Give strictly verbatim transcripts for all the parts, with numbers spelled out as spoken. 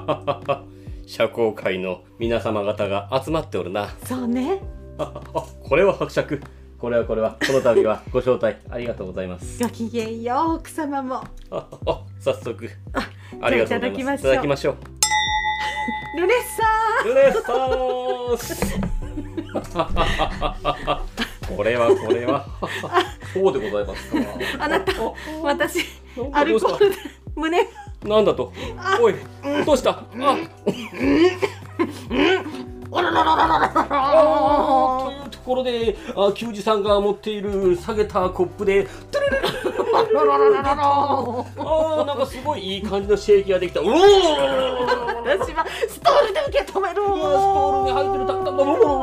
社交界の皆様方が集まっておるな。 そうね。 あ、あ、これは伯爵。これはこれはこの度はご招待ありがとうございます。 ごきげんよう、奥様も。 あ、あ、早速あ、 ありがとうございます。いただきましょう。 ルネッサルネッサース。これはこれはそうでございますか。 あなた、私アルコールで胸なんだと。おい、どうした。あ、あららららららというところで、あ、球児さんが持っている下げたコップでトゥルルルあ、なんかすごいいい感じの刺激ができた。うおー、 私はストールで受け止める。 ストールに入ってるたった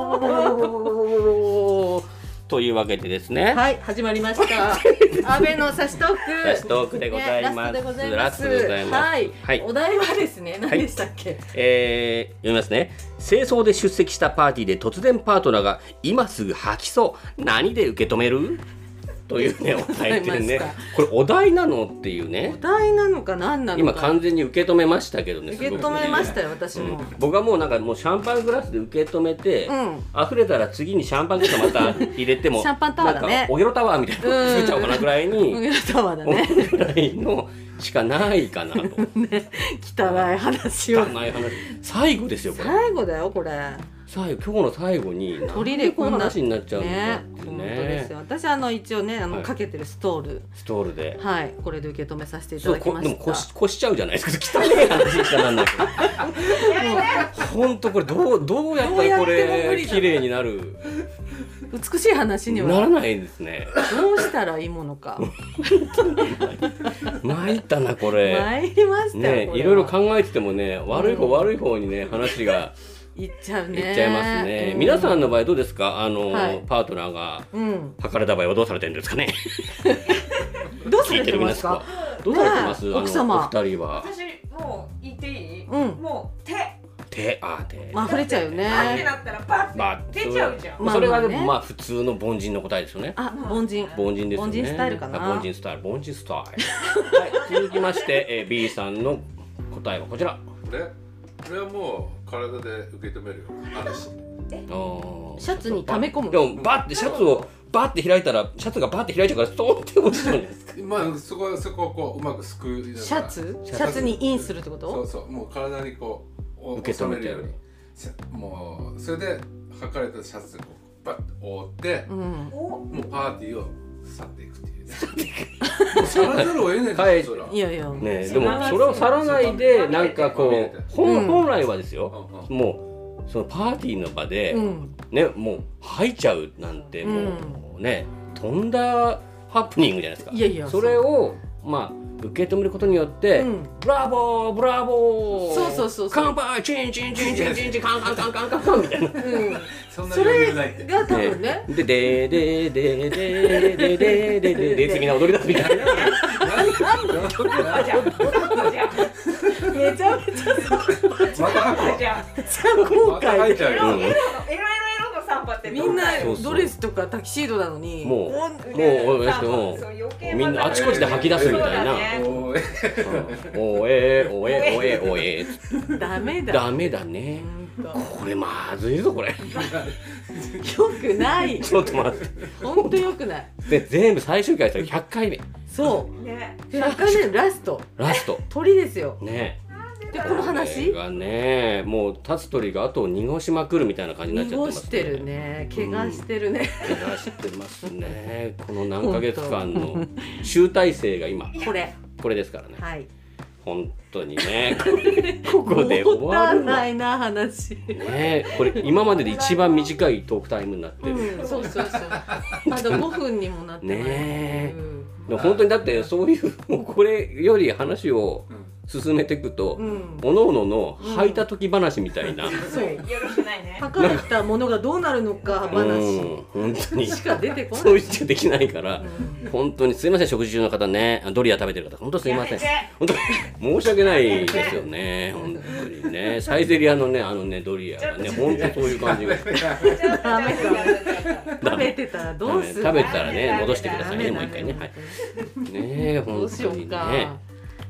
というわけでですね。 はい、始まりました。安倍の差しトーク。 差しトークでございます。 ね、ラストでございます。 ラストでございます。 はい、 はい、 お題はですね、何でしたっけ。はい、 えー、読みますね。清掃で出席したパーティーで突然パートナーが今すぐ吐きそう。何で受け止める？というね、お題っていうね、これお題なのっていうね。 お題なのか何なのか。 今完全に受け止めましたけどね。 受け止めましたよ、私も、 うん。僕はもうなんかもうシャンパングラスで受け止めて、うん、溢れたら次にシャンパングラスまた入れてもシャンパンタワーだね。 おげろタワーみたいなの作っちゃおうかなぐらいに、 おげろタワーだね。 ぐらいのしかないかなと。 ね、汚い話を。 汚い話。最後ですよこれ。 最後だよこれ。 最後、今日の最後に鳥でこんな話になっちゃうんだっていうね。 本当ですよ。私あの一応ね、あの、はい、かけてるストールストールで、 はい、これで受け止めさせていただきました。 でもこし、こしちゃうじゃないですか。汚い話しかなんないけど本当これどうどうやったらこれ綺麗になる。 美しい話にはならないですね。 どうしたらいいものか。 参ったなこれ。 参りましたね、いろいろ考えててもね、悪い方、うん、悪い方にね話がいっちゃうね。 いっちゃいますね。うん、皆さんの場合どうですか。あの、はい、パートナーが吐かれた場合はどうされてるんですかね。 どうされてますか。 どうされてます。 奥様。 お二人は。 私もう言っていい？ うん、 もう手。 手、あ、手。 まあ溢れちゃうよね。 バッてなったらバッて出ちゃうじゃん。 それはでもまあ普通の凡人の答えですよね。 あ、凡人。 凡人ですよね。 凡人スタイルかな。 凡人スタイル、凡人スタイル。はい。続きまして、えー、B さんの答えはこちら。 これ、これはもう体で受け止めるよ。話。 シャツに溜め込む。 でもバッてシャツをバッて開いたらシャツがバッて開いちゃうからストーンって落ちちゃうんですか。 まあそこそこをこううまくすくいながら。 シャツ？シャツにインするってこと？ そうそう、もう体にこう受け止めるように。 もうそれで履かれたシャツをバッと覆って、うん、もうパーティーを去っていくっていうね。もう去らざるを得ないですよ。 いやいや。 ね、でもそれを去らないでなんかこう本本来はですよ。もうそのパーティーの場でね、もう吐いちゃうなんてもうね、とんだハプニングじゃないですか。 いやいや。 それをまあ受け止めることによって、うん、ブラボーブラボー、 そうそうそう乾杯チンチンチンチンチンチンカンカンカンカンカンカンみたいな、うん、 そんな余裕ないって。 それが多分ね、 ででででででででででで次な踊り出すみたいな。 めちゃめちゃさ、 また吐くじゃん。 めっちゃ後悔で。 エロエロのサンバってみんなドレスとかタキシードなのに、 もうもうもうみんなあちこちで吐き出すみたいな。おえおえおえおえ。 ダメだ。 ダメだね。これまずいぞこれ。よくない。 ちょっと待って。 本当よくない。 で全部最終回したらひゃっかいめ。 そう。ひゃっかいめのラスト。 ラスト。 鳥ですよ。 ね。 でこの話がね、もう立つ鳥が後を濁しまくるみたいな感じになっちゃってますね。 濁してるね。怪我してるね。 怪我してますね。この何ヶ月間の集大成が今これこれですからね。 はい。 本当にね。ここで終わるの。 ないな話。 ね、これ今までで一番短いトークタイムになってる。 うん、そうそうそう。まだごふんにもなってない。 ね。でも本当にだってそういうこれより話を進めていくと、おのおのの履いた時話みたいな、 そうよろしくないね。履かれたものがどうなるのか話、本当にしか出てこない。 そういうしかできないから、本当にすいません食事中の方ね、ドリア食べてる方本当すいません。本当申し訳ないですよね。本当にね、サイゼリアのねあのねドリアがね本当そういう感じが。 ダメだ。食べてたらどうする？ 食べたらね戻してくださいねもう一回ね。はい。ね本当にね。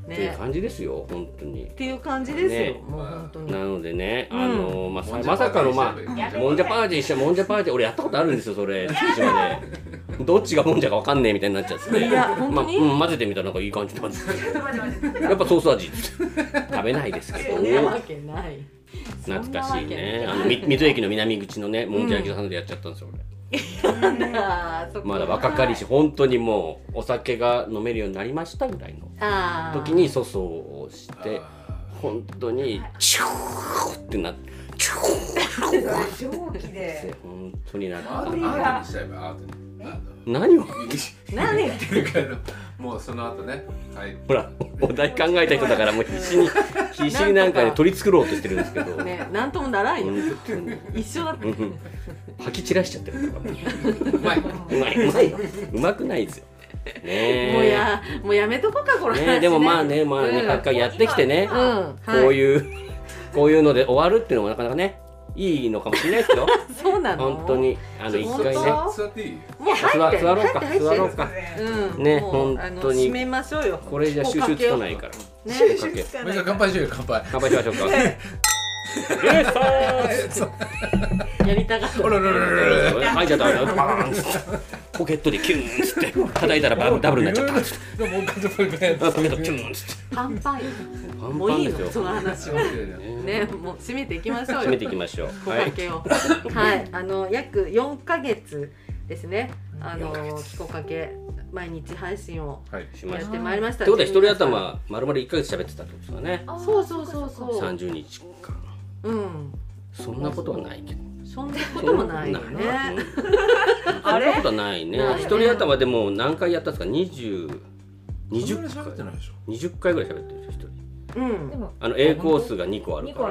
っていう感じですよ本当に。 っていう感じですよ。もう本当に。 なのでね、あのまあまさかのまあもんじゃパーティーしたもんじゃパーティー俺やったことあるんですよそれ。どっちがもんじゃかわかんねえみたいになっちゃって。 いや本当に。 まあ混ぜてみたらなんかいい感じで混ぜて。やっぱソース味食べないですけど。 そんなわけない。 懐かしいね。あの水戸駅の南口のねもんじゃ焼き屋さんでやっちゃったんですよ俺。まだ若かりし本当にもうお酒が飲めるようになりましたぐらいの時に粗相をして本当にチューってなってチュー蒸気で本当になった。 アートにしちゃえばアートに。 何を何言ってるかもうその後ね、はい、 ほらお題考えた人だからもう必死に必死になんかで取り繕ろうとしてるんですけどね、なんともならんよ一緒だって吐き散らしちゃってるからうまいうまいうまいうまくないですよね。 もうやもうやめとこうかこの話ね。 でもまあねまあねかやってきてねこういうこういうので終わるっていうのもなかなかねいいのかもしれないですよ。 そうなの。 本当にあの一回ね。 座っていい？ もう入って座ろうか座ろうか。ね本当に。 締めましょうよ。 これじゃ収集つかないから。 ね。 もう一回乾杯しようよ乾杯。 乾杯しましょうか。 やりたかった。 はいじゃあバーンつってポケットでキューンつって叩いたらダブルになっちゃったつって。 もう片方ポケットキューンつって。 パンパン。もういいのその話は。ねもう締めていきましょうよ。 締めていきましょう。 小かけを。はいあの約よんかげつですね。あのキコかけ毎日配信をやってまいりました。 ってことは一人頭まるまるいっかげつ喋ってたってことですかね。 そうそうそうそう。 さんじゅうにちかん。 うん。 そんなことはないけど。 そんなこともないよね。 そんなことはないね。一人頭でも何回やったんですか。二十二十回二十回ぐらい喋ってるでしょ一人。 うん。 あの A コースがにこあるから。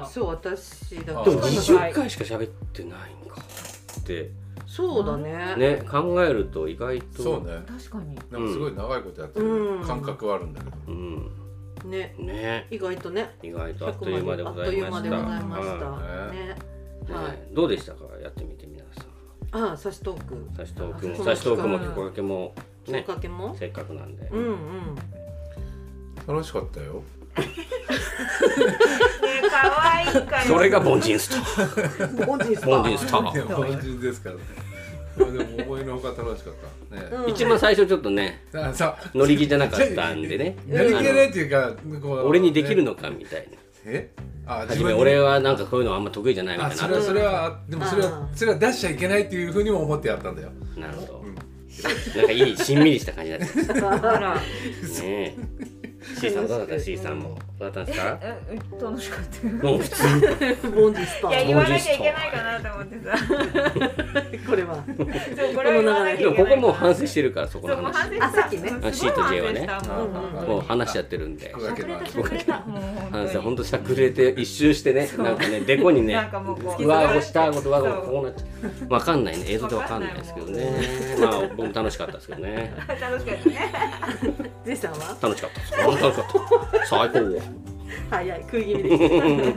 そう私だでもにじゅっかいしか喋ってないんかって。 そうだね。 ね考えると意外と。 そうね。 確かに。 でもすごい長いことやってる感覚はあるんだけど。うん。 ね。 ね。 意外とね。 意外とあっという間でございました。あっという間でございました。 ね。 はい。どうでしたかやってみて皆さん。 ああサシトーク。 サシトークもサシトークもキコかけもね。キコかけもせっかくなんで。 うんうん。 楽しかったよ。 可愛いから。 それが凡人スター。 凡人スター。 凡人スター。 凡人ですからね。でも思いのほか楽しかったね。 一番最初ちょっとね乗り気じゃなかったんでね。 乗り気ねっていうか俺にできるのかみたいな。 え？あ初め俺はなんかこういうのあんま得意じゃないみたいな。 それはそれはでもそれはそれは出しちゃいけないっていうふうにも思ってやったんだよ。 なるほど。なんかいいしんみりした感じになってました。ねえ。C さんどうだった？ C さんもどうだったんですか？ 楽しかったよ。 もう普通。 ボンジスター。 いや言わなきゃいけないかなと思ってさ。 これは。 そうこれは言わなきゃいけない。 でもここもう反省してるからそこの話。 あさっきね。 C と J はね。もう話しちゃってるんで。 しゃくれたしゃくれた。 反省本当しゃくれて一周してねなんかねデコにね。上顎下顎と上顎こうなっちゃう。わかんないね映像でわかんないですけどね。まあ僕も楽しかったですけどね。 楽しかったね。 J さんは？ 楽しかったです。楽しかった。最高。 早い食い気味で。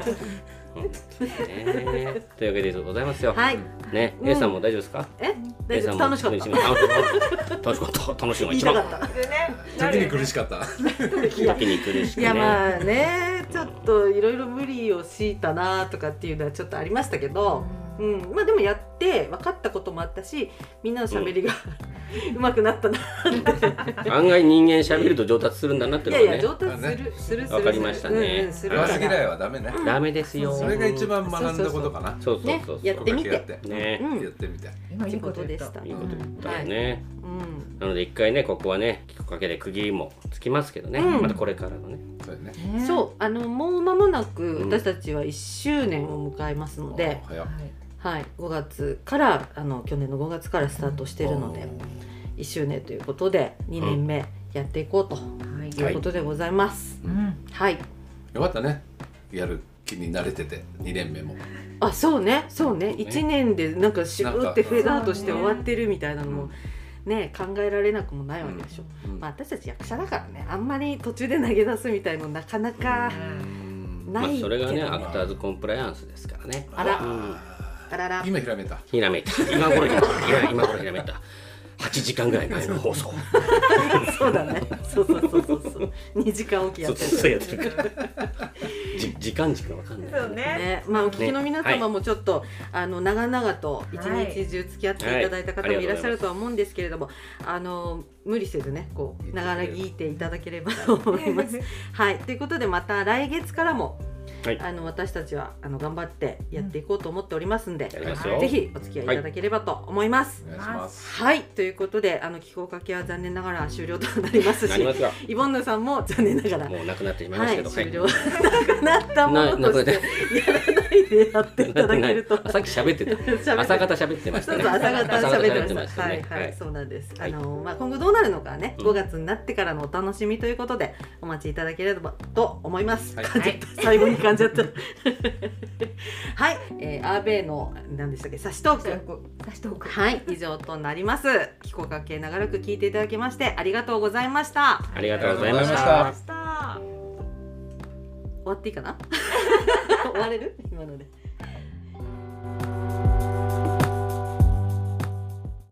というわけでございますよ。 はい。 ね、A さんも大丈夫ですか？ え、大丈夫。楽しかった。 楽しかった。楽しいのが一番。 時に苦しかった。 時に苦しくね。 いやまあね、ちょっといろいろ無理を強いたなとかっていうのはちょっとありましたけど、うん、まあでもやって分かったこともあったし、みんなの喋りが上手くなったなって。 案外人間喋ると上達するんだなっていうのがね。 いやいや上達するするする。 わかりましたね。 上手嫌いはダメね。 ダメですよ。 それが一番学んだことかな。 そうそうそう。 やってみて。 ね。 やってみて。 いいことでした。 いいこと言ったよね。なので一回ねここはねきっかけで区切りもつきますけどね。またこれからのね。 そうね。 そうあのもう間もなく私たちはいっしゅうねんを迎えますので。はい、ごがつからあの去年のごがつからスタートしているのでいっしゅうねんということでにねんめやっていこうということでございます。はい。 よかったね。やる気に慣れててにねんめも。 あ、そうね、そうね。いちねんでなんかシューってフェードアウトして終わってるみたいなのもね考えられなくもないわけでしょ。まあ私たち役者だからね、あんまり途中で投げ出すみたいのなかなかないけどね。 それがねアクターズコンプライアンスですからね。 あら。あらら今ひらめいた。 ひらめいた。今頃ひらめいた。今頃ひらめいた。 はちじかんぐらい前の放送そうだね。そうそうそうそうそう。にじかんおきやってる。 そうそうやってるからじ時間軸がわかんない。 そうね。 ね、まあお聞きの皆様もちょっと、ね、あの長々と一日中付き合っていただいた方もいらっしゃるとは思うんですけれども、はいはい、あの無理せずねこうながら聞いていただければと思います。はい、ということでまた来月からも。はい、あの私たちはあの頑張ってやっていこうと思っておりますんで、うん、ぜひお付き合いいただければと思います。 はい、お願いします。 はい、ということであの気候かけは残念ながら終了となりますし、イボンヌさんも残念ながらもうなくなってしまいましたけど、 はい、終了、なくなったものとしてやらないでやっていただけるとさっき喋ってた朝方喋ってましたね。 そうそう朝方喋ってました。はいはい、そうなんです。あのまあ今後どうなるのかね、ごがつになってからのお楽しみということでお待ちいただければと思います。はい、最後に感じちゃったはい、えー、アーベイの何でしたっけ、サシトークサシトークはい以上となります。気候かけ長らく聞いていただきましてありがとうございました。 ありがとうございました。 終わっていいかな終われる今ので。